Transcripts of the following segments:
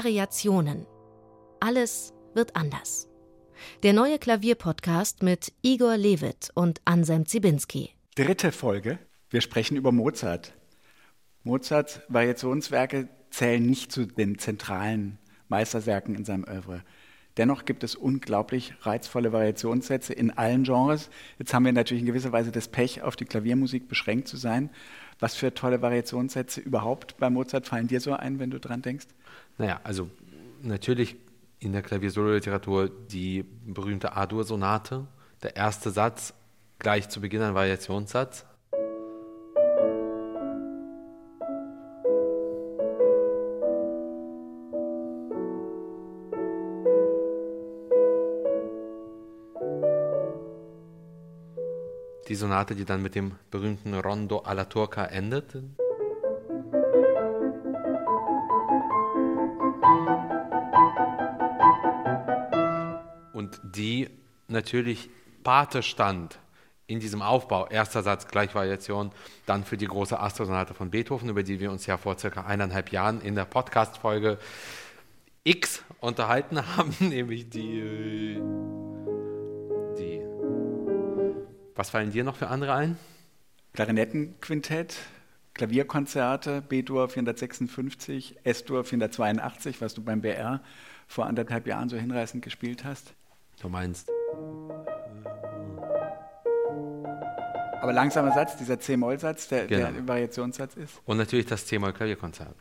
Variationen. Alles wird anders. Der neue Klavierpodcast mit Igor Levit und Anselm Zibinski. 3. Folge. Wir sprechen über Mozart. Mozarts Variationswerke zählen nicht zu den zentralen Meisterwerken in seinem Oeuvre. Dennoch gibt es unglaublich reizvolle Variationssätze in allen Genres. Jetzt haben wir natürlich in gewisser Weise das Pech, auf die Klaviermusik beschränkt zu sein. Was für tolle Variationssätze überhaupt bei Mozart fallen dir so ein, wenn du dran denkst? Naja, also natürlich in der Klaviersolo-Literatur die berühmte A-Dur-Sonate. Der erste Satz, gleich zu Beginn ein Variationssatz. Die Sonate, die dann mit dem berühmten Rondo alla Turca endet. Und die natürlich Pate stand in diesem Aufbau, erster Satz, gleich Variation, dann für die große Astro-Sonate von Beethoven, über die wir uns ja vor circa 1,5 Jahren in der Podcast-Folge X unterhalten haben, nämlich die. Was fallen dir noch für andere ein? Klarinettenquintett, Klavierkonzerte, B-Dur 456, S-Dur 482, was du beim BR vor 1,5 Jahren so hinreißend gespielt hast. Du meinst? Aber langsamer Satz, dieser C-Moll-Satz, der Variationssatz ist. Und natürlich das C-Moll-Klavierkonzert.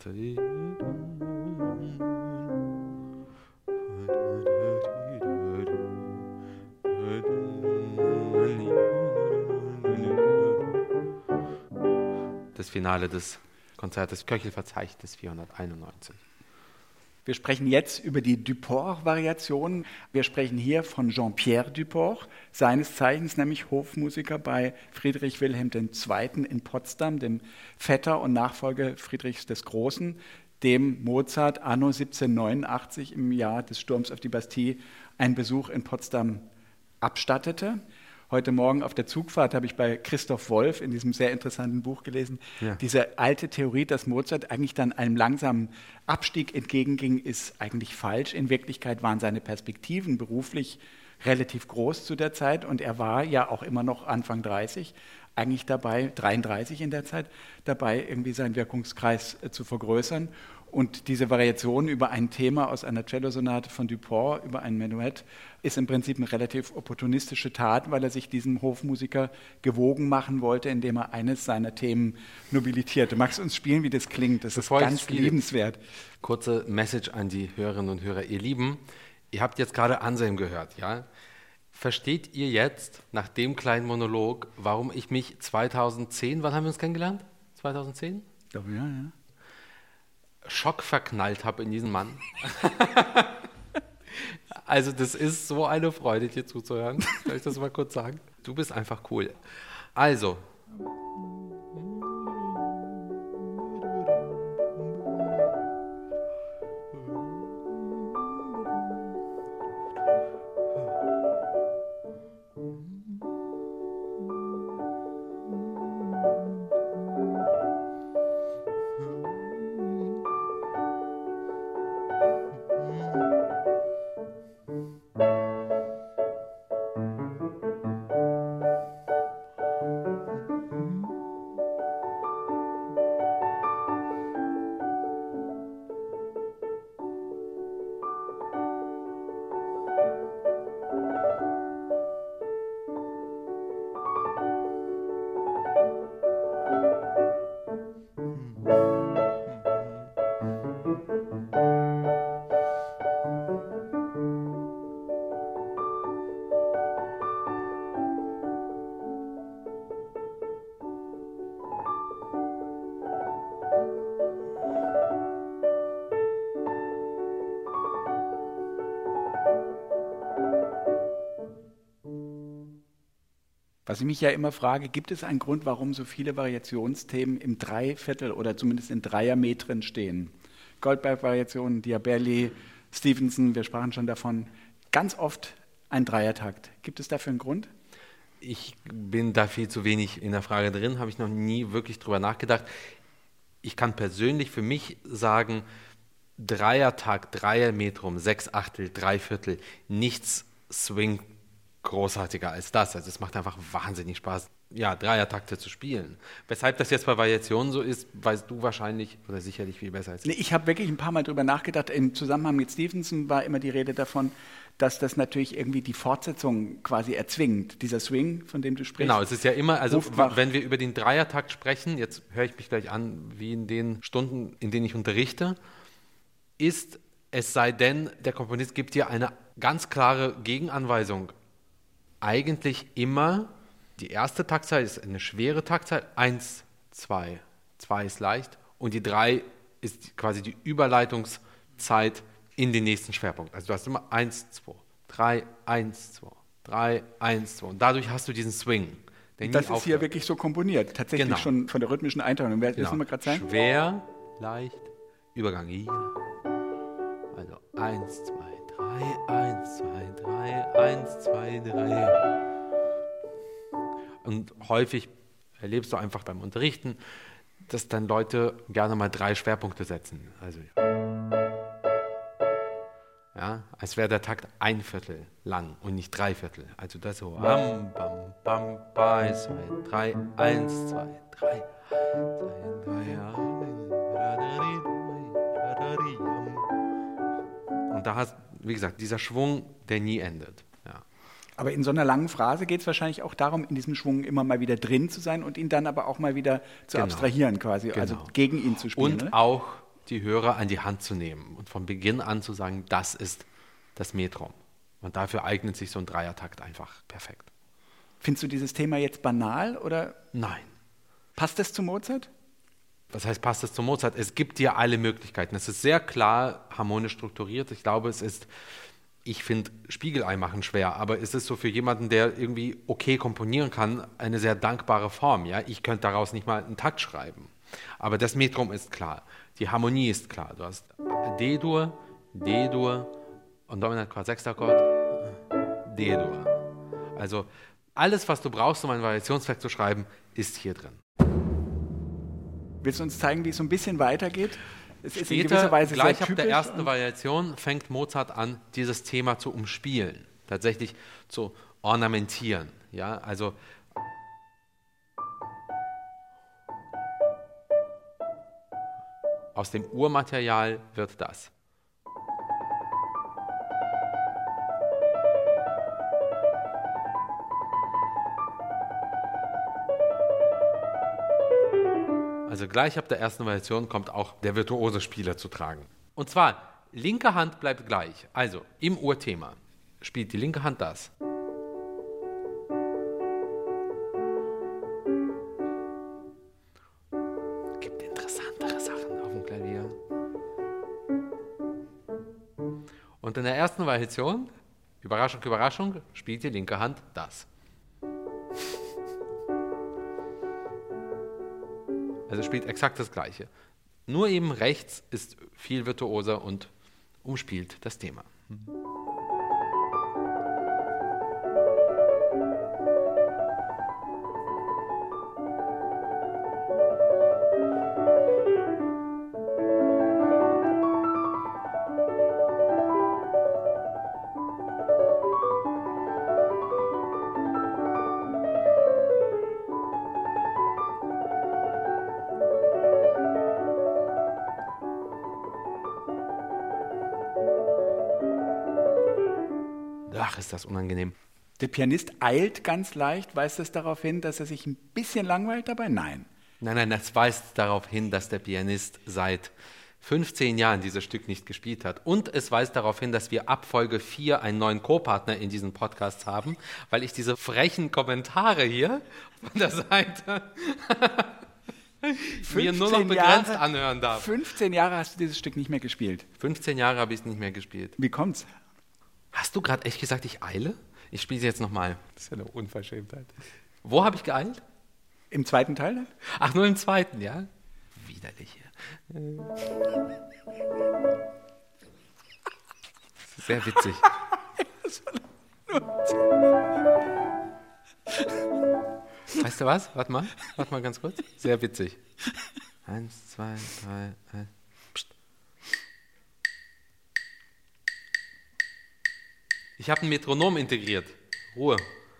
Das Finale des Konzertes Köchelverzeichnis 491. Wir sprechen jetzt über die Duport-Variation. Wir sprechen hier von Jean-Pierre Duport, seines Zeichens nämlich Hofmusiker bei Friedrich Wilhelm II. In Potsdam, dem Vetter und Nachfolger Friedrichs des Großen, dem Mozart anno 1789 im Jahr des Sturms auf die Bastille einen Besuch in Potsdam abstattete. Heute Morgen auf der Zugfahrt habe ich bei Christoph Wolff in diesem sehr interessanten Buch gelesen, diese alte Theorie, dass Mozart eigentlich dann einem langsamen Abstieg entgegenging, ist eigentlich falsch. In Wirklichkeit waren seine Perspektiven beruflich relativ groß zu der Zeit und er war ja auch immer noch Anfang 30, eigentlich dabei, 33 in der Zeit, dabei irgendwie seinen Wirkungskreis zu vergrößern. Und diese Variation über ein Thema aus einer Cellosonate von Duport, über ein Menuett, ist im Prinzip eine relativ opportunistische Tat, weil er sich diesem Hofmusiker gewogen machen wollte, indem er eines seiner Themen nobilitierte. Magst du uns spielen, wie das klingt? Das ist ganz liebenswert. Kurze Message an die Hörerinnen und Hörer. Ihr Lieben, ihr habt jetzt gerade Anselm gehört, ja? Versteht ihr jetzt, nach dem kleinen Monolog, warum ich mich 2010, wann haben wir uns kennengelernt? 2010? Ich glaube, ja. Schockverknallt habe in diesen Mann. Also das ist so eine Freude, dir zuzuhören. Soll ich das mal kurz sagen? Du bist einfach cool. Also. Was ich mich ja immer frage, gibt es einen Grund, warum so viele Variationsthemen im Dreiviertel oder zumindest in Dreiermetern stehen? Goldberg-Variationen, Diabelli, Stevenson, wir sprachen schon davon, ganz oft ein Dreiertakt. Gibt es dafür einen Grund? Ich bin da viel zu wenig in der Frage drin, habe ich noch nie wirklich drüber nachgedacht. Ich kann persönlich für mich sagen, Dreiertakt, Dreiermetrum, 6/8, 3/4, nichts Swing großartiger als das. Also es macht einfach wahnsinnig Spaß, ja, Dreiertakte zu spielen. Weshalb das jetzt bei Variationen so ist, weißt du wahrscheinlich oder sicherlich viel besser als ich. Nee, ich habe wirklich ein paar Mal drüber nachgedacht. Im Zusammenhang mit Stevenson war immer die Rede davon, dass das natürlich irgendwie die Fortsetzung quasi erzwingt. Dieser Swing, von dem du sprichst. Genau, es ist ja immer, also Hofbach. wenn wir über den Dreiertakt sprechen, jetzt höre ich mich gleich an, wie in den Stunden, in denen ich unterrichte, ist, es sei denn, der Komponist gibt dir eine ganz klare Gegenanweisung. Eigentlich immer, die erste Taktzahl ist eine schwere Taktzahl, 1, 2, 2 ist leicht und die 3 ist quasi die Überleitungszeit in den nächsten Schwerpunkt. Also du hast immer 1, 2, 3, 1, 2, 3, 1, 2 und dadurch hast du diesen Swing. Der nie Das ist aufhört. hier wirklich so komponiert, tatsächlich Genau. schon von der rhythmischen Einteilung. Willst du mal gerade zeigen? Schwer, leicht, Übergang hier. Also 1, 2, 3, 1, 2, 3, 1, 2, 3. Und häufig erlebst du einfach beim Unterrichten, dass dann Leute gerne mal 3 Schwerpunkte setzen. Also ja, als wäre der Takt 1/4 lang und nicht 3/4. Also das so. Bam, bam, bam, 1, 2, 3, 1, 2, 3, 2, 3. Und da hast, wie gesagt, dieser Schwung, der nie endet. Ja. Aber in so einer langen Phrase geht es wahrscheinlich auch darum, in diesem Schwung immer mal wieder drin zu sein und ihn dann aber auch mal wieder zu Genau. abstrahieren quasi, also Genau. gegen ihn zu spielen. Und Ne? auch die Hörer an die Hand zu nehmen und von Beginn an zu sagen, das ist das Metrum. Und dafür eignet sich so ein Dreiertakt einfach perfekt. Findest du dieses Thema jetzt banal oder Nein. passt es zu Mozart? Was heißt, passt es zu Mozart? Es gibt dir alle Möglichkeiten. Es ist sehr klar harmonisch strukturiert. Ich glaube, ich finde Spiegelei machen schwer, aber es ist so für jemanden, der irgendwie okay komponieren kann, eine sehr dankbare Form. Ja? Ich könnte daraus nicht mal einen Takt schreiben. Aber das Metrum ist klar. Die Harmonie ist klar. Du hast D-Dur, D-Dur und Dominant Quart Sechstakkord, D-Dur. Also alles, was du brauchst, um ein Variationswerk zu schreiben, ist hier drin. Willst du uns zeigen, wie es so ein bisschen weitergeht? Es ist in Später, gewisser Weise gleich sehr ab der typisch ersten und- Variation, fängt Mozart an, dieses Thema zu umspielen, tatsächlich zu ornamentieren. Ja, also aus dem Urmaterial wird das. Also gleich ab der ersten Variation kommt auch der virtuose Spieler zu tragen. Und zwar, linke Hand bleibt gleich. Also im Urthema spielt die linke Hand das. Gibt interessantere Sachen auf dem Klavier. Und in der ersten Variation, Überraschung, Überraschung, spielt die linke Hand das. Also spielt exakt das Gleiche. Nur eben rechts ist viel virtuoser und umspielt das Thema. Ach, ist das unangenehm. Der Pianist eilt ganz leicht. Weist es darauf hin, dass er sich ein bisschen langweilt dabei? Nein. Nein, das weist darauf hin, dass der Pianist seit 15 Jahren dieses Stück nicht gespielt hat. Und es weist darauf hin, dass wir ab Folge 4 einen neuen Co-Partner in diesen Podcasts haben, weil ich diese frechen Kommentare hier von der Seite mir nur noch begrenzt anhören darf. 15 Jahre hast du dieses Stück nicht mehr gespielt. 15 Jahre habe ich es nicht mehr gespielt. Wie kommt's? Hast du gerade echt gesagt, ich eile? Ich spiele sie jetzt nochmal. Das ist ja eine Unverschämtheit. Wo habe ich geeilt? Im zweiten Teil dann? Ach, nur im zweiten, ja? Widerlich hier. Sehr witzig. Weißt du was? Warte mal ganz kurz. Sehr witzig. 1, 2, 3, 1. Psst. Ich habe ein Metronom integriert. Ruhe.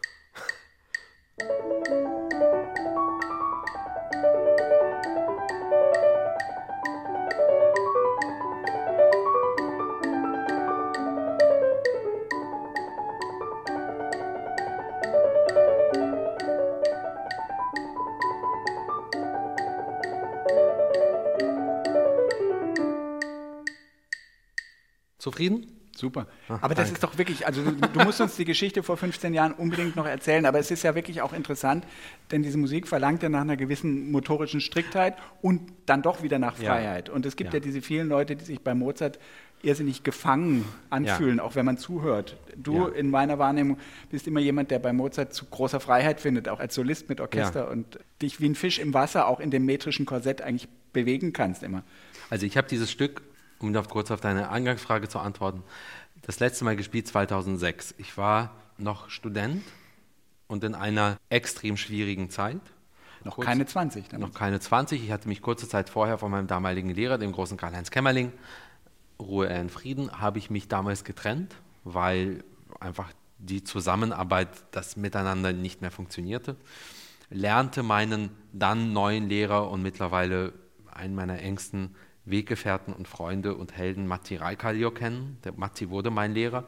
Zufrieden? Super. Aber das ist doch wirklich, also du musst uns die Geschichte vor 15 Jahren unbedingt noch erzählen, aber es ist ja wirklich auch interessant, denn diese Musik verlangt ja nach einer gewissen motorischen Striktheit und dann doch wieder nach Freiheit. Und es gibt ja diese vielen Leute, die sich bei Mozart irrsinnig gefangen anfühlen, auch wenn man zuhört. Du in meiner Wahrnehmung bist immer jemand, der bei Mozart zu großer Freiheit findet, auch als Solist mit Orchester und dich wie ein Fisch im Wasser auch in dem metrischen Korsett eigentlich bewegen kannst immer. Also ich habe dieses Stück, um noch kurz auf deine Eingangsfrage zu antworten, das letzte Mal gespielt 2006. Ich war noch Student und in einer extrem schwierigen Zeit. Noch keine 20. Noch keine 20. Ich hatte mich kurze Zeit vorher von meinem damaligen Lehrer, dem großen Karl-Heinz Kämmerling, Ruhe er in Frieden, habe ich mich damals getrennt, weil einfach die Zusammenarbeit, das Miteinander nicht mehr funktionierte. Lernte meinen dann neuen Lehrer und mittlerweile einen meiner engsten Weggefährten und Freunde und Helden Matti Raikallio kennen. Der Matti wurde mein Lehrer.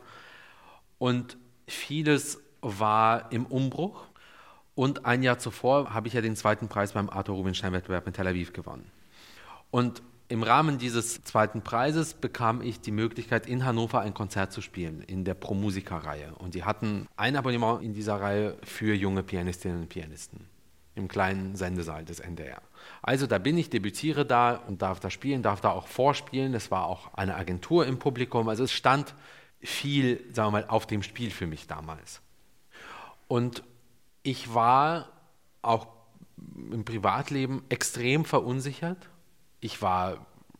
Und vieles war im Umbruch. Und ein Jahr zuvor habe ich ja den zweiten Preis beim Arthur Rubinstein-Wettbewerb in Tel Aviv gewonnen. Und im Rahmen dieses zweiten Preises bekam ich die Möglichkeit, in Hannover ein Konzert zu spielen, in der Pro-Musica-Reihe. Und die hatten ein Abonnement in dieser Reihe für junge Pianistinnen und Pianisten im kleinen Sendesaal des NDR. Also da bin ich, debütiere da und darf da spielen, darf da auch vorspielen. Es war auch eine Agentur im Publikum. Also es stand viel, sagen wir mal, auf dem Spiel für mich damals. Und ich war auch im Privatleben extrem verunsichert. Ich war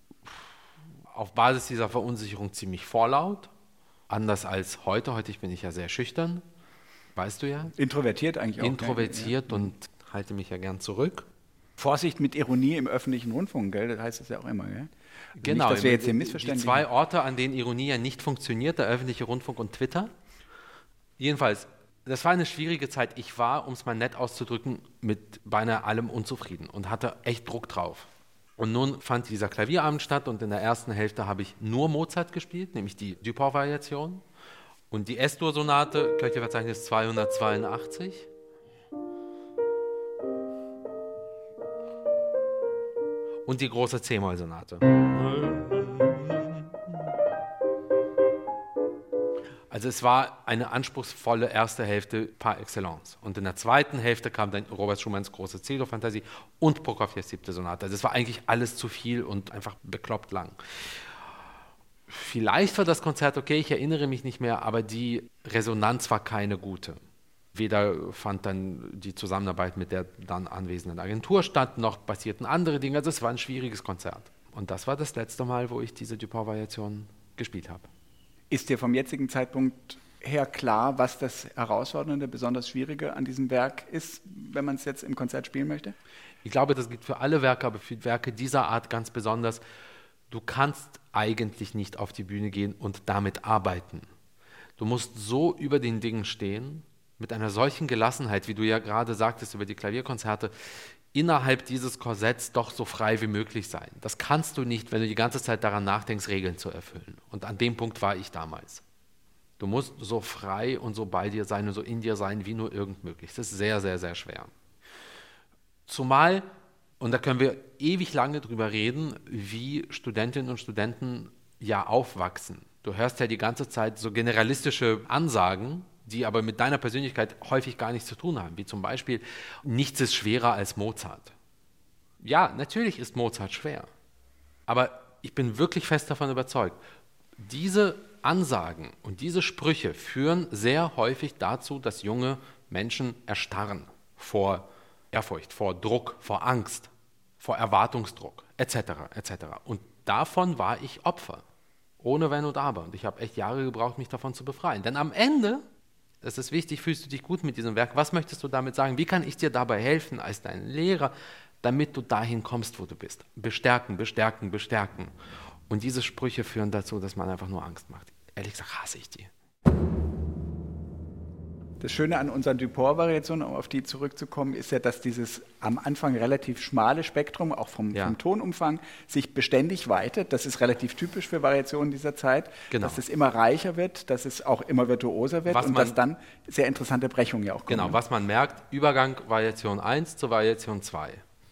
auf Basis dieser Verunsicherung ziemlich vorlaut. Anders als heute. Heute bin ich ja sehr schüchtern. Weißt du ja. Introvertiert eigentlich auch. Introvertiert und halte mich ja gern zurück. Vorsicht mit Ironie im öffentlichen Rundfunk, gell? Das heißt es ja auch immer, gell? Also genau, nicht, dass wir jetzt hier missverständlich die zwei Orte, an denen Ironie ja nicht funktioniert, der öffentliche Rundfunk und Twitter. Jedenfalls, das war eine schwierige Zeit. Ich war, um es mal nett auszudrücken, mit beinahe allem unzufrieden und hatte echt Druck drauf. Und nun fand dieser Klavierabend statt und in der ersten Hälfte habe ich nur Mozart gespielt, nämlich die Dupont-Variation und die S-Dur-Sonate, Klavierverzeichnis 282. Und die große C-Moll-Sonate. Also es war eine anspruchsvolle erste Hälfte par excellence. Und in der zweiten Hälfte kam dann Robert Schumanns große C-Dur-Fantasie und Prokofjews 7. Sonate. Also es war eigentlich alles zu viel und einfach bekloppt lang. Vielleicht war das Konzert okay, ich erinnere mich nicht mehr, aber die Resonanz war keine gute. Weder fand dann die Zusammenarbeit mit der dann anwesenden Agentur statt, noch passierten andere Dinge. Also es war ein schwieriges Konzert. Und das war das letzte Mal, wo ich diese Dupont-Variation gespielt habe. Ist dir vom jetzigen Zeitpunkt her klar, was das Herausfordernde, besonders Schwierige an diesem Werk ist, wenn man es jetzt im Konzert spielen möchte? Ich glaube, das gilt für alle Werke, aber für Werke dieser Art ganz besonders. Du kannst eigentlich nicht auf die Bühne gehen und damit arbeiten. Du musst so über den Dingen stehen, mit einer solchen Gelassenheit, wie du ja gerade sagtest über die Klavierkonzerte, innerhalb dieses Korsetts doch so frei wie möglich sein. Das kannst du nicht, wenn du die ganze Zeit daran nachdenkst, Regeln zu erfüllen. Und an dem Punkt war ich damals. Du musst so frei und so bei dir sein und so in dir sein, wie nur irgend möglich. Das ist sehr, sehr, sehr schwer. Zumal, und da können wir ewig lange drüber reden, wie Studentinnen und Studenten ja aufwachsen. Du hörst ja die ganze Zeit so generalistische Ansagen, die aber mit deiner Persönlichkeit häufig gar nichts zu tun haben, wie zum Beispiel, nichts ist schwerer als Mozart. Ja, natürlich ist Mozart schwer, aber ich bin wirklich fest davon überzeugt, diese Ansagen und diese Sprüche führen sehr häufig dazu, dass junge Menschen erstarren vor Ehrfurcht, vor Druck, vor Angst, vor Erwartungsdruck, etc., etc. Und davon war ich Opfer, ohne Wenn und Aber. Und ich habe echt Jahre gebraucht, mich davon zu befreien. Denn am Ende, das ist wichtig, fühlst du dich gut mit diesem Werk. Was möchtest du damit sagen? Wie kann ich dir dabei helfen als dein Lehrer, damit du dahin kommst, wo du bist? Bestärken, bestärken, bestärken. Und diese Sprüche führen dazu, dass man einfach nur Angst macht. Ehrlich gesagt hasse ich die. Das Schöne an unseren Duport-Variationen, um auf die zurückzukommen, ist ja, dass dieses am Anfang relativ schmale Spektrum, auch vom Tonumfang, sich beständig weitet. Das ist relativ typisch für Variationen dieser Zeit, dass es immer reicher wird, dass es auch immer virtuoser wird und dass dann sehr interessante Brechungen ja auch kommen. Genau, was man merkt, Übergang Variation 1 zur Variation 2.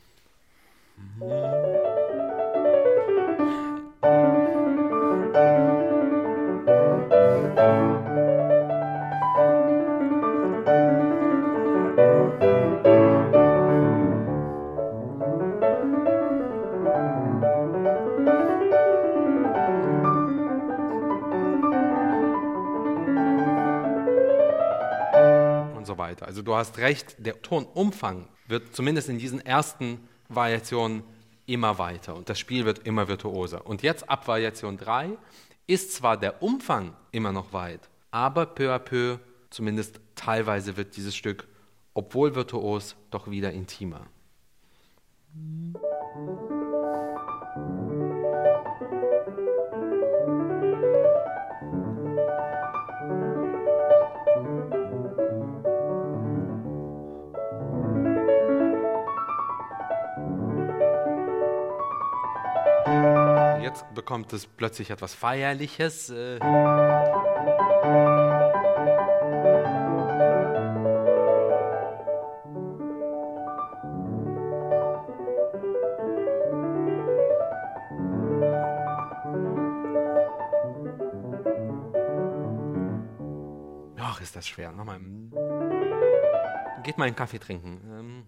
Also du hast recht, der Tonumfang wird zumindest in diesen ersten Variationen immer weiter und das Spiel wird immer virtuoser. Und jetzt ab Variation 3 ist zwar der Umfang immer noch weit, aber peu à peu, zumindest teilweise wird dieses Stück, obwohl virtuos, doch wieder intimer. Jetzt bekommt es plötzlich etwas Feierliches. Ach, ist das schwer. Nochmal. Geht mal einen Kaffee trinken.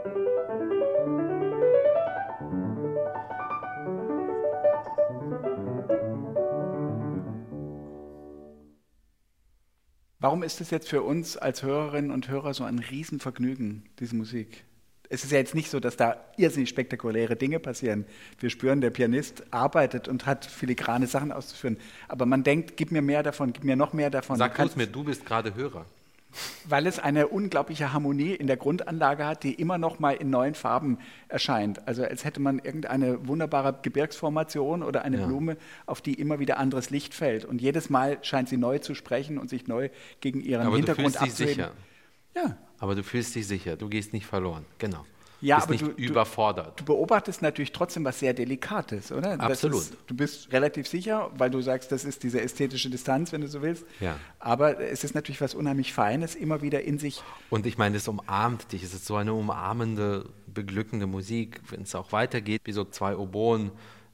Warum ist es jetzt für uns als Hörerinnen und Hörer so ein Riesenvergnügen, diese Musik? Es ist ja jetzt nicht so, dass da irrsinnig spektakuläre Dinge passieren. Wir spüren, der Pianist arbeitet und hat filigrane Sachen auszuführen. Aber man denkt, gib mir mehr davon, gib mir noch mehr davon. Sag du es mir, du bist gerade Hörer. Weil es eine unglaubliche Harmonie in der Grundanlage hat, die immer noch mal in neuen Farben erscheint. Also als hätte man irgendeine wunderbare Gebirgsformation oder eine Blume, auf die immer wieder anderes Licht fällt. Und jedes Mal scheint sie neu zu sprechen und sich neu gegen ihren Hintergrund abzuheben. Aber du fühlst dich sicher. Ja. Aber du fühlst dich sicher, du gehst nicht verloren. Genau. Ja, bist aber nicht überfordert. Du beobachtest natürlich trotzdem was sehr Delikates, oder? Absolut. Du bist relativ sicher, weil du sagst, das ist diese ästhetische Distanz, wenn du so willst. Ja. Aber es ist natürlich was unheimlich Feines, immer wieder in sich. Und ich meine, es umarmt dich. Es ist so eine umarmende, beglückende Musik, wenn es auch weitergeht, wie so zwei Oboen.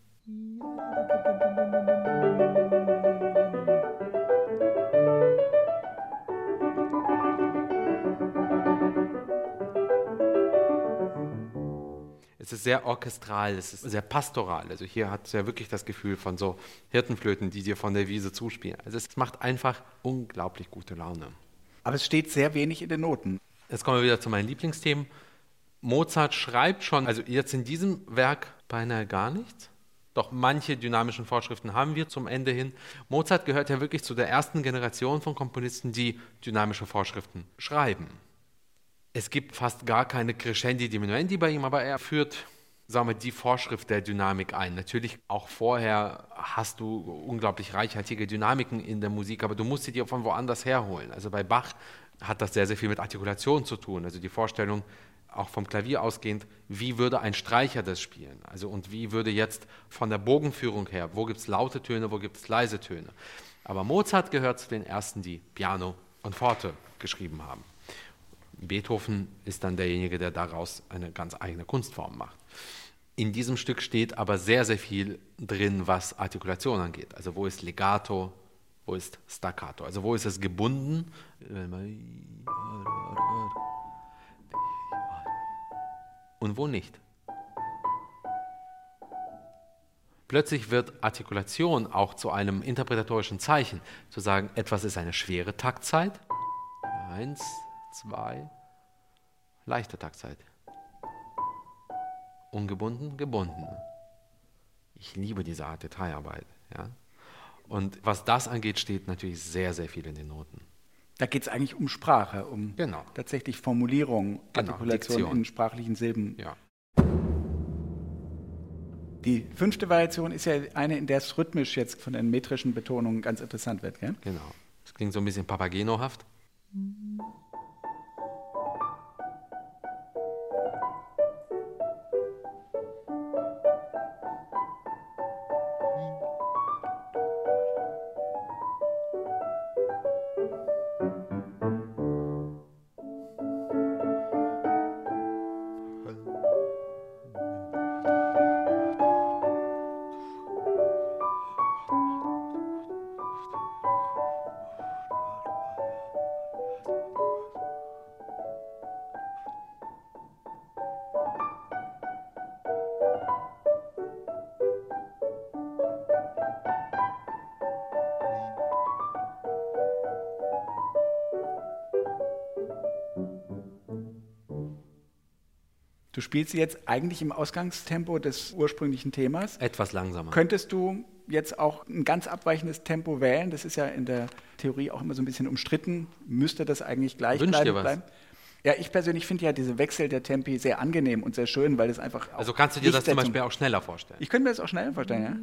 Es ist sehr orchestral, es ist sehr pastoral. Also hier hat es ja wirklich das Gefühl von so Hirtenflöten, die dir von der Wiese zuspielen. Also es macht einfach unglaublich gute Laune. Aber es steht sehr wenig in den Noten. Jetzt kommen wir wieder zu meinen Lieblingsthemen. Mozart schreibt schon, also jetzt in diesem Werk beinahe gar nichts. Doch manche dynamischen Vorschriften haben wir zum Ende hin. Mozart gehört ja wirklich zu der ersten Generation von Komponisten, die dynamische Vorschriften schreiben. Es gibt fast gar keine Crescendi, Diminuendi bei ihm, aber er führt, sagen wir, die Vorschrift der Dynamik ein. Natürlich auch vorher hast du unglaublich reichhaltige Dynamiken in der Musik, aber du musst sie dir von woanders herholen. Also bei Bach hat das sehr, sehr viel mit Artikulation zu tun. Also die Vorstellung, auch vom Klavier ausgehend, wie würde ein Streicher das spielen? Also und wie würde jetzt von der Bogenführung her, wo gibt es laute Töne, wo gibt es leise Töne? Aber Mozart gehört zu den ersten, die Piano und Forte geschrieben haben. Beethoven ist dann derjenige, der daraus eine ganz eigene Kunstform macht. In diesem Stück steht aber sehr, sehr viel drin, was Artikulation angeht. Also wo ist Legato, wo ist Staccato? Also wo ist es gebunden? Und wo nicht? Plötzlich wird Artikulation auch zu einem interpretatorischen Zeichen. Zu sagen, etwas ist eine schwere Taktzeit. 1, 2, leichte Taktzeit. Ungebunden, gebunden. Ich liebe diese Art Detailarbeit. Ja? Und was das angeht, steht natürlich sehr, sehr viel in den Noten. Da geht es eigentlich um Sprache, um tatsächlich Formulierung, Artikulation Diktion. In sprachlichen Silben. Ja. Die 5. Variation ist ja eine, in der es rhythmisch jetzt von den metrischen Betonungen ganz interessant wird. Gell? Genau. Das klingt so ein bisschen Papageno-haft. Du spielst sie jetzt eigentlich im Ausgangstempo des ursprünglichen Themas. Etwas langsamer. Könntest du jetzt auch ein ganz abweichendes Tempo wählen? Das ist ja in der Theorie auch immer so ein bisschen umstritten. Müsste das eigentlich gleich bleiben? Ja, ich persönlich finde ja diese Wechsel der Tempi sehr angenehm und sehr schön, weil das einfach auch Also kannst du dir das zum Beispiel auch schneller vorstellen? Ich könnte mir das auch schneller vorstellen, ja.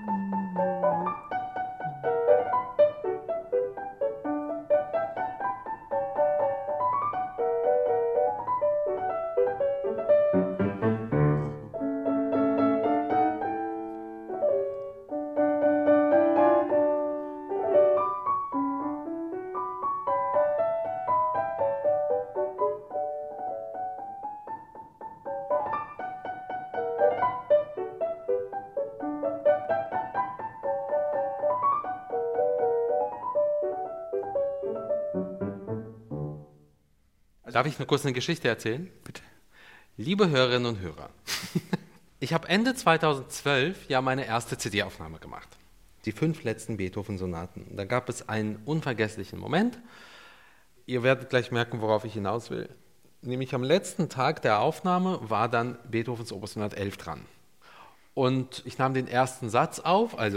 Darf ich nur kurz eine Geschichte erzählen? Bitte. Liebe Hörerinnen und Hörer, ich habe Ende 2012 ja meine erste CD-Aufnahme gemacht. Die 5 letzten Beethoven-Sonaten. Da gab es einen unvergesslichen Moment. Ihr werdet gleich merken, worauf ich hinaus will. Nämlich am letzten Tag der Aufnahme war dann Beethovens Opus 111 dran. Und ich nahm den ersten Satz auf, also...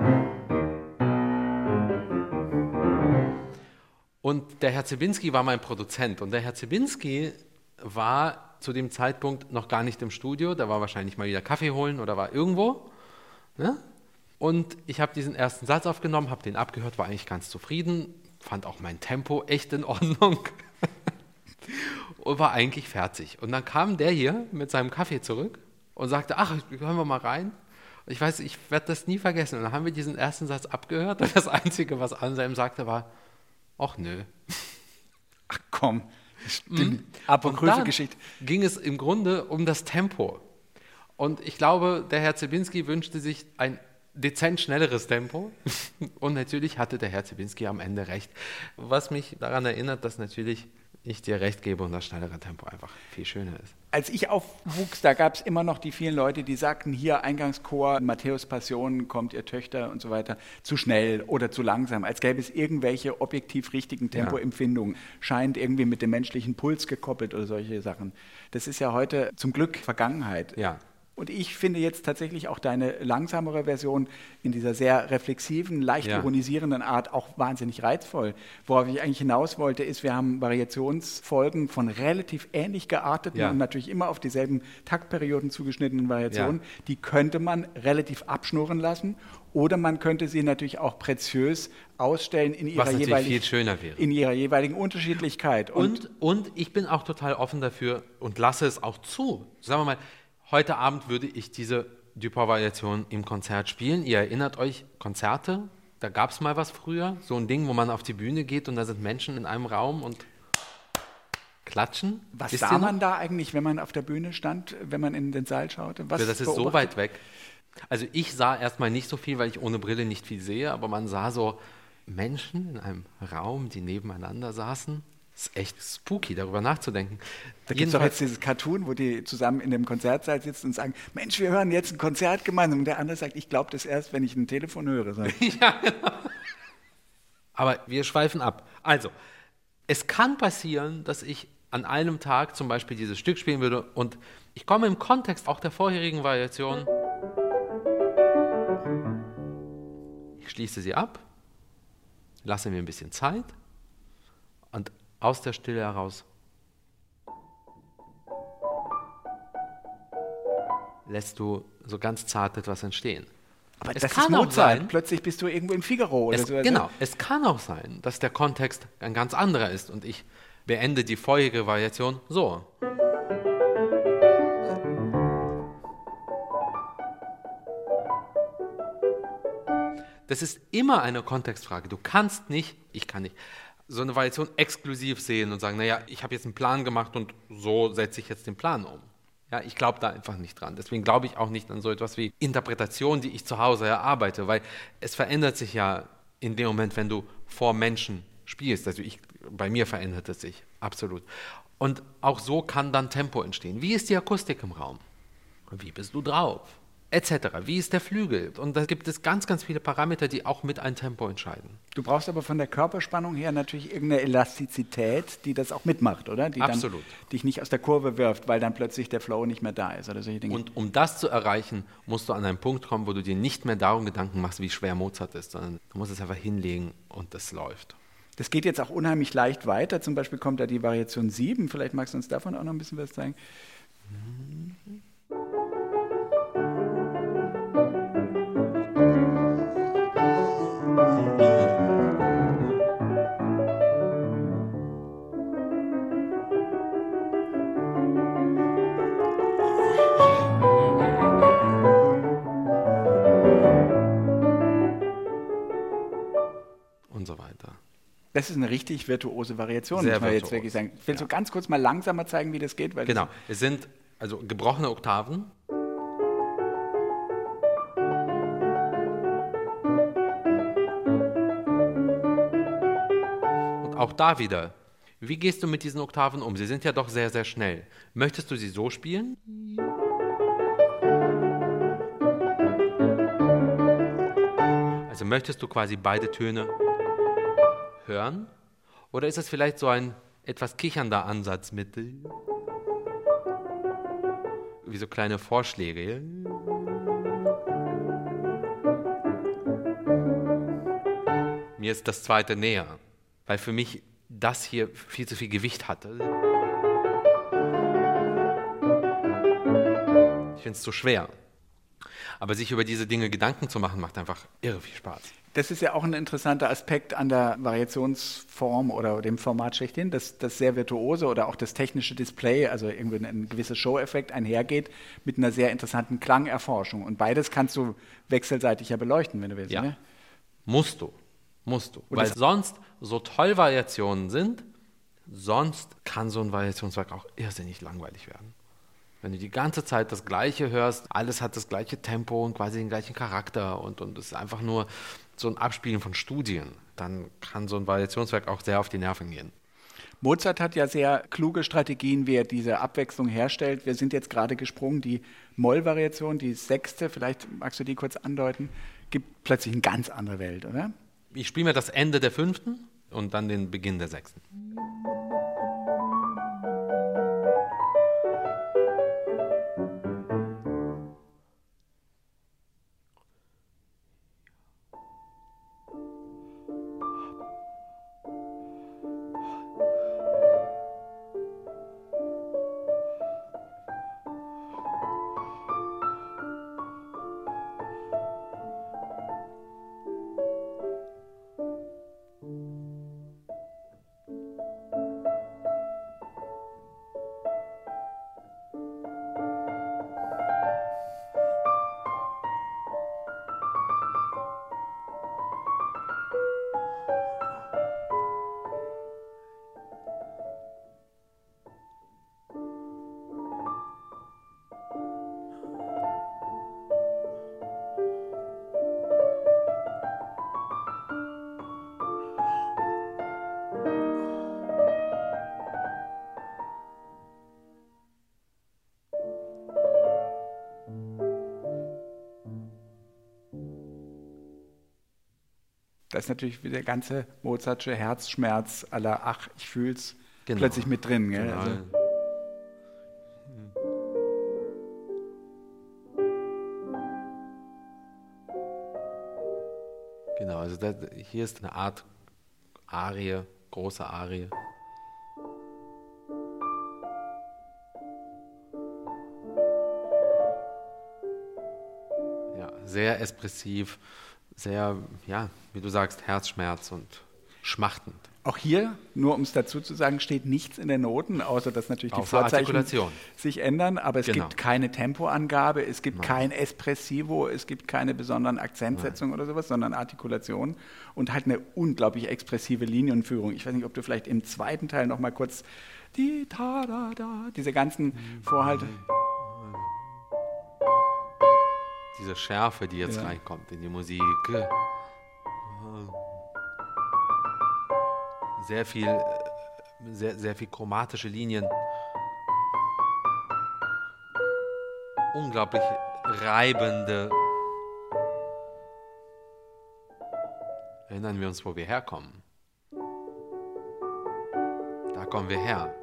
Und der Herr Zibinski war mein Produzent. Und der Herr Zibinski war zu dem Zeitpunkt noch gar nicht im Studio. Der war wahrscheinlich mal wieder Kaffee holen oder war irgendwo. Ne? Und ich habe diesen ersten Satz aufgenommen, habe den abgehört, war eigentlich ganz zufrieden, fand auch mein Tempo echt in Ordnung und war eigentlich fertig. Und dann kam der hier mit seinem Kaffee zurück und sagte, ach, hören wir mal rein. Ich weiß, ich werde das nie vergessen. Und dann haben wir diesen ersten Satz abgehört und das Einzige, was Anselm sagte, war, ach nö. Ach komm, stimmt. Apokryphe Geschichte. Ging es im Grunde um das Tempo. Und ich glaube, der Herr Zibinski wünschte sich ein dezent schnelleres Tempo. Und natürlich hatte der Herr Zibinski am Ende recht. Was mich daran erinnert, dass natürlich ich dir recht gebe und das schnellere Tempo einfach viel schöner ist. Als ich aufwuchs, da gab es immer noch die vielen Leute, die sagten, hier Eingangschor, Matthäus Passion, kommt ihr Töchter und so weiter, zu schnell oder zu langsam, als gäbe es irgendwelche objektiv richtigen Tempoempfindungen, scheint irgendwie mit dem menschlichen Puls gekoppelt oder solche Sachen. Das ist ja heute zum Glück Vergangenheit. Ja. Und ich finde jetzt tatsächlich auch deine langsamere Version in dieser sehr reflexiven, leicht ironisierenden Art auch wahnsinnig reizvoll. Worauf ich eigentlich hinaus wollte, ist, wir haben Variationsfolgen von relativ ähnlich gearteten und natürlich immer auf dieselben Taktperioden zugeschnittenen Variationen. Die könnte man relativ abschnurren lassen oder man könnte sie natürlich auch preziös ausstellen in ihrer, viel schöner wäre. In ihrer jeweiligen Unterschiedlichkeit. Und ich bin auch total offen dafür und lasse es auch zu. Sagen wir mal, heute Abend würde ich diese Dupont-Variation im Konzert spielen. Ihr erinnert euch, Konzerte, da gab es mal was früher, so ein Ding, wo man auf die Bühne geht und da sind Menschen in einem Raum und klatschen. Was sah man da eigentlich, wenn man auf der Bühne stand, wenn man in den Saal schaute? Das ist so weit weg. Also ich sah erstmal nicht so viel, weil ich ohne Brille nicht viel sehe, aber man sah so Menschen in einem Raum, die nebeneinander saßen. Das ist echt spooky, darüber nachzudenken. Da gibt es doch jetzt dieses Cartoon, wo die zusammen in dem Konzertsaal sitzen und sagen, Mensch, wir hören jetzt ein Konzert gemeinsam. Und der andere sagt, ich glaube das erst, wenn ich ein Telefon höre. Ja, genau. Aber wir schweifen ab. Also, es kann passieren, dass ich an einem Tag zum Beispiel dieses Stück spielen würde und ich komme im Kontext auch der vorherigen Variation. Ich schließe sie ab, lasse mir ein bisschen Zeit und aus der Stille heraus lässt du so ganz zart etwas entstehen. Aber das kann ist Mozart. Auch sein, plötzlich bist du irgendwo im Figaro oder so. Genau, es kann auch sein, dass der Kontext ein ganz anderer ist und ich beende die vorherige Variation so. Das ist immer eine Kontextfrage. Du kannst nicht, ich kann nicht, so eine Variation exklusiv sehen und sagen, naja, ich habe jetzt einen Plan gemacht und so setze ich jetzt den Plan um. Ja, ich glaube da einfach nicht dran. Deswegen glaube ich auch nicht an so etwas wie Interpretation, die ich zu Hause erarbeite, weil es verändert sich ja in dem Moment, wenn du vor Menschen spielst. Also bei mir verändert es sich, absolut. Und auch so kann dann Tempo entstehen. Wie ist die Akustik im Raum? Wie bist du drauf? etc. Wie ist der Flügel? Und da gibt es ganz, ganz viele Parameter, die auch mit einem Tempo entscheiden. Du brauchst aber von der Körperspannung her natürlich irgendeine Elastizität, die das auch mitmacht, oder? Die Absolut. Dann dich nicht aus der Kurve wirft, weil dann plötzlich der Flow nicht mehr da ist oder solche Dinge. Und um das zu erreichen, musst du an einen Punkt kommen, wo du dir nicht mehr darum Gedanken machst, wie schwer Mozart ist, sondern du musst es einfach hinlegen und das läuft. Das geht jetzt auch unheimlich leicht weiter. Zum Beispiel kommt da die Variation 7. Vielleicht magst du uns davon auch noch ein bisschen was zeigen. Und so weiter. Das ist eine richtig virtuose Variation, Sehr muss man jetzt virtuos. wirklich sagen. Willst du ganz kurz mal langsamer zeigen, wie das geht? Weil Genau, es sind also gebrochene Oktaven. Und auch da wieder, wie gehst du mit diesen Oktaven um? Sie sind ja doch sehr, sehr schnell. Möchtest du sie so spielen? Also möchtest du quasi beide Töne hören? Oder ist es vielleicht so ein etwas kichernder Ansatz mit wie so kleine Vorschläge? Mir ist das zweite näher, weil für mich das hier viel zu viel Gewicht hatte. Ich finde es zu schwer. Aber sich über diese Dinge Gedanken zu machen, macht einfach irre viel Spaß. das ist ja auch ein interessanter Aspekt an der Variationsform oder dem Format schlechthin, dass das sehr virtuose oder auch das technische Display, also irgendwie ein gewisser Show-Effekt einhergeht mit einer sehr interessanten Klangerforschung. Und beides kannst du wechselseitig ja beleuchten, wenn du willst. Ja, Ne? musst du. Weil sonst, so toll Variationen sind, sonst kann so ein Variationswerk auch irrsinnig langweilig werden. Wenn du die ganze Zeit das Gleiche hörst, alles hat das gleiche Tempo und quasi den gleichen Charakter und es ist einfach nur so ein Abspielen von Studien, dann kann so ein Variationswerk auch sehr auf die Nerven gehen. Mozart hat ja sehr kluge Strategien, wie er diese Abwechslung herstellt. Wir sind jetzt gerade gesprungen, die Moll-Variation, die 6., vielleicht magst du die kurz andeuten, gibt plötzlich eine ganz andere Welt, oder? Ich spiele mir das Ende der 5. und dann den Beginn der 6. Da ist natürlich wieder der ganze Mozartsche Herzschmerz aller ach, ich fühl's Genau. plötzlich mit drin. Gell? Genau. Also, Genau, also hier ist eine Art Arie, große Arie. Ja, sehr expressiv, sehr, ja, wie du sagst, Herzschmerz und schmachtend. auch hier, nur um es dazu zu sagen, steht nichts in den Noten, außer dass natürlich die Außer Vorzeichen Artikulation. sich ändern, aber es Genau. gibt keine Tempoangabe, es gibt kein Espressivo, es gibt keine besonderen Akzentsetzungen oder sowas, sondern Artikulation und halt eine unglaublich expressive Linienführung. Ich weiß nicht, ob du vielleicht im zweiten Teil noch mal kurz die ta da da diese ganzen Vorhalte. Diese Schärfe, die jetzt Ja. reinkommt in die Musik. Sehr viel, sehr viel chromatische Linien. Unglaublich reibende. Erinnern wir uns, wo wir herkommen. Da kommen wir her.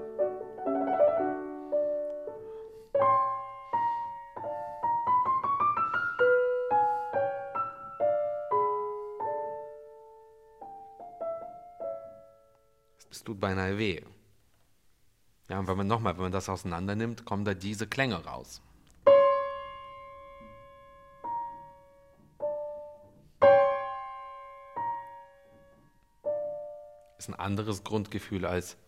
Es tut beinahe weh. Ja, und wenn man das auseinander nimmt, kommen da diese Klänge raus. Ist ein anderes Grundgefühl als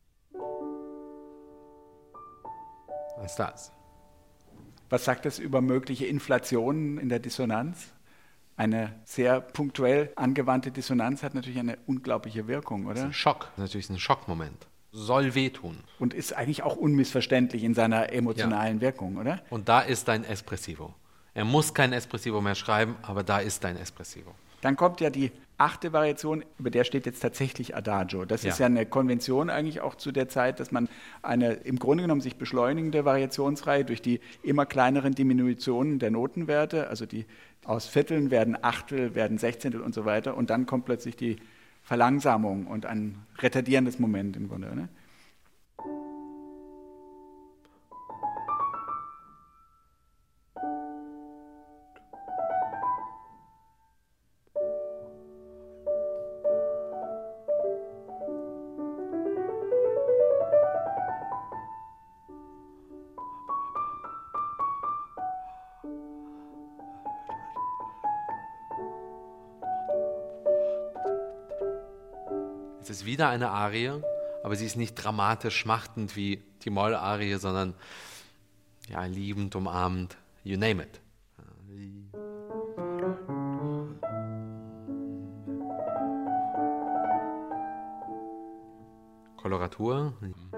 das. Was sagt das über mögliche Inflationen in der Dissonanz? Eine sehr punktuell angewandte Dissonanz hat natürlich eine unglaubliche Wirkung, oder? Das ist ein Schock, natürlich ein Schockmoment. Soll wehtun. Und ist eigentlich auch unmissverständlich in seiner emotionalen Wirkung, oder? Und da ist dein Espressivo. Er muss kein Espressivo mehr schreiben, aber da ist dein Espressivo. Dann kommt ja die 8. Variation, über der steht jetzt tatsächlich Adagio. Das ist ja eine Konvention eigentlich auch zu der Zeit, dass man eine im Grunde genommen sich beschleunigende Variationsreihe durch die immer kleineren Diminutionen der Notenwerte, also die aus Vierteln werden Achtel, werden Sechzehntel und so weiter, und dann kommt plötzlich die Verlangsamung und ein retardierendes Moment im Grunde. Ne? Es ist wieder eine Arie, aber sie ist nicht dramatisch schmachtend wie die Moll-Arie, sondern ja, liebend, umarmend, you name it. Koloratur.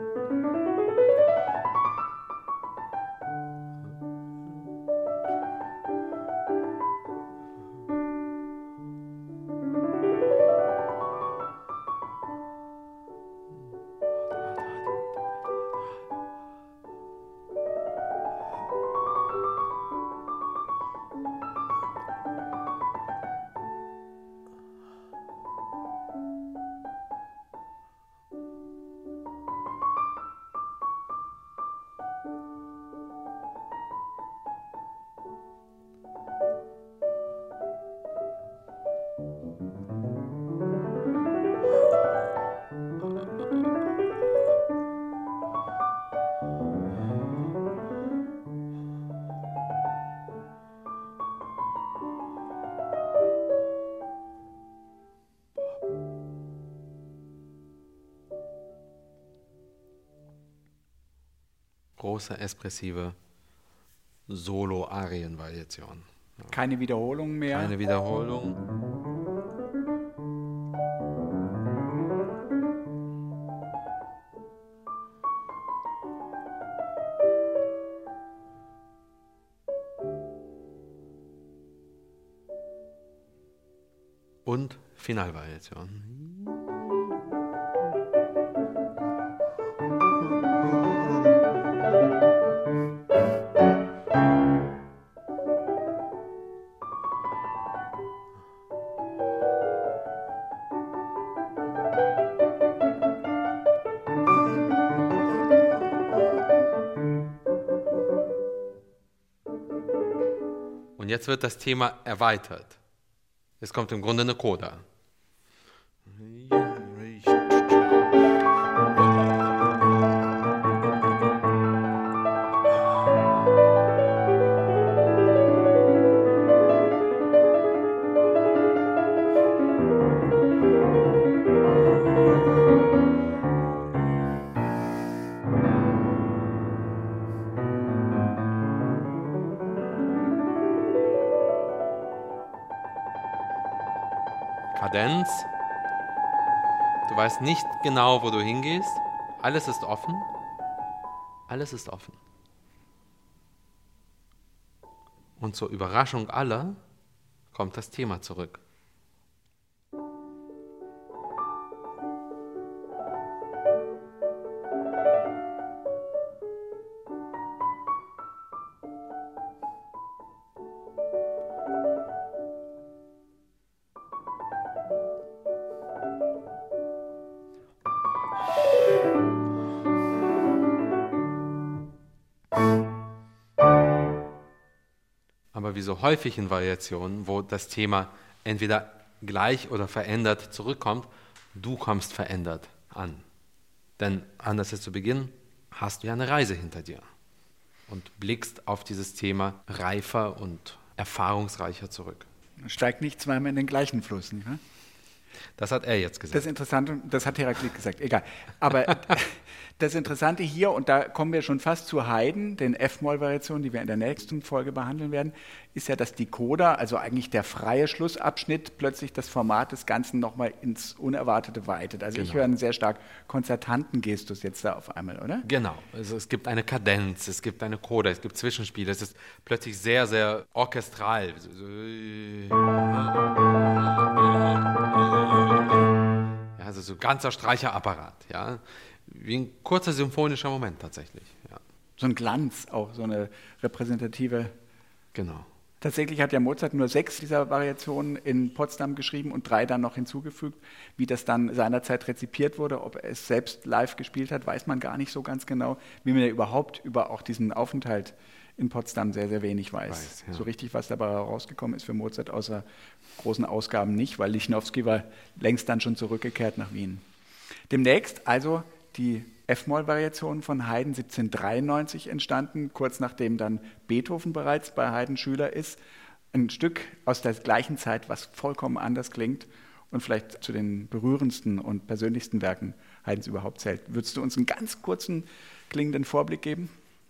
Große, expressive Solo-Arien-Variation. Ja. Keine Wiederholung mehr. Keine Wiederholung. Und Finalvariation. Und jetzt wird das Thema erweitert. Es kommt im Grunde eine Coda. Kadenz. Du weißt nicht genau, wo du hingehst. Alles ist offen. Alles ist offen. Und zur Überraschung aller kommt das Thema zurück. aber wie so häufig in Variationen, wo das Thema entweder gleich oder verändert zurückkommt, du kommst verändert an. Denn anders als zu Beginn hast du ja eine Reise hinter dir und blickst auf dieses Thema reifer und erfahrungsreicher zurück. Steigt nicht zweimal in den gleichen Fluss, nicht wahr? Das hat er jetzt gesagt. Das Interessante, das hat Heraklit gesagt, egal. Aber das Interessante hier, und da kommen wir schon fast zu Haydn, den F-Moll-Variationen, die wir in der nächsten Folge behandeln werden, ist ja, dass die Coda, also eigentlich der freie Schlussabschnitt, plötzlich das Format des Ganzen nochmal ins Unerwartete weitet. Also ich höre einen sehr stark konzertanten Gestus jetzt da auf einmal, oder? Genau. Also es gibt eine Kadenz, es gibt eine Coda, es gibt Zwischenspiele, es ist plötzlich sehr, sehr orchestral. Ja, also so ganzer Streicherapparat, ja. Wie ein kurzer symphonischer Moment tatsächlich. Ja. So ein Glanz auch, so eine repräsentative. Genau. Tatsächlich hat ja Mozart nur 6 dieser Variationen in Potsdam geschrieben und 3 dann noch hinzugefügt. Wie das dann seinerzeit rezipiert wurde, ob er es selbst live gespielt hat, weiß man gar nicht so ganz genau. Wie man ja überhaupt über auch diesen Aufenthalt in Potsdam sehr, sehr wenig weiß. Ja. So richtig, was dabei rausgekommen ist für Mozart, außer großen Ausgaben nicht, weil Lichnowsky war längst dann schon zurückgekehrt nach Wien. Demnächst also die F-Moll-Variation von Haydn 1793 entstanden, kurz nachdem dann Beethoven bereits bei Haydn Schüler ist. Ein Stück aus der gleichen Zeit, was vollkommen anders klingt und vielleicht zu den berührendsten und persönlichsten Werken Haydns überhaupt zählt. Würdest du uns einen ganz kurzen klingenden Vorblick geben?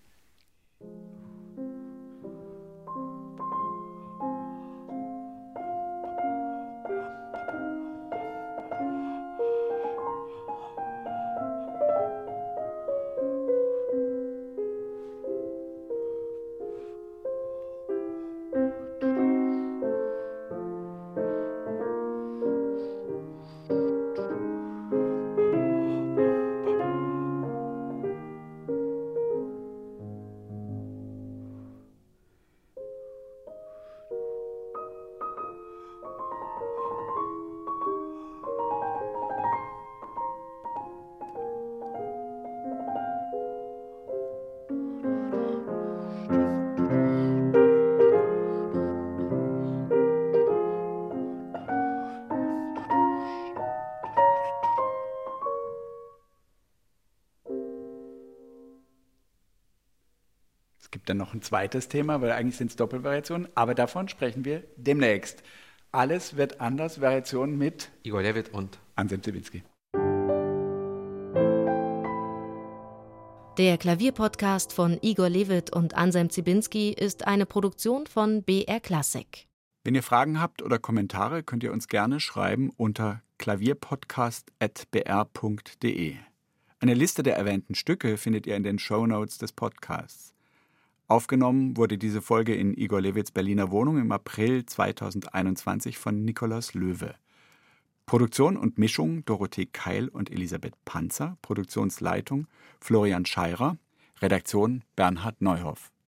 Es gibt dann noch ein zweites Thema, weil eigentlich sind es Doppelvariationen, aber davon sprechen wir demnächst. Alles wird anders, Variationen mit Igor Levit und Anselm Ziwinski. Der Klavierpodcast von Igor Levit und Anselm Ziwinski ist eine Produktion von BR Classic. Wenn ihr Fragen habt oder Kommentare, könnt ihr uns gerne schreiben unter klavierpodcast@br.de. Eine Liste der erwähnten Stücke findet ihr in den Shownotes des Podcasts. Aufgenommen wurde diese Folge in Igor Levits Berliner Wohnung im April 2021 von Nikolaus Löwe. Produktion und Mischung Dorothee Keil und Elisabeth Panzer, Produktionsleitung Florian Scheirer, Redaktion Bernhard Neuhoff.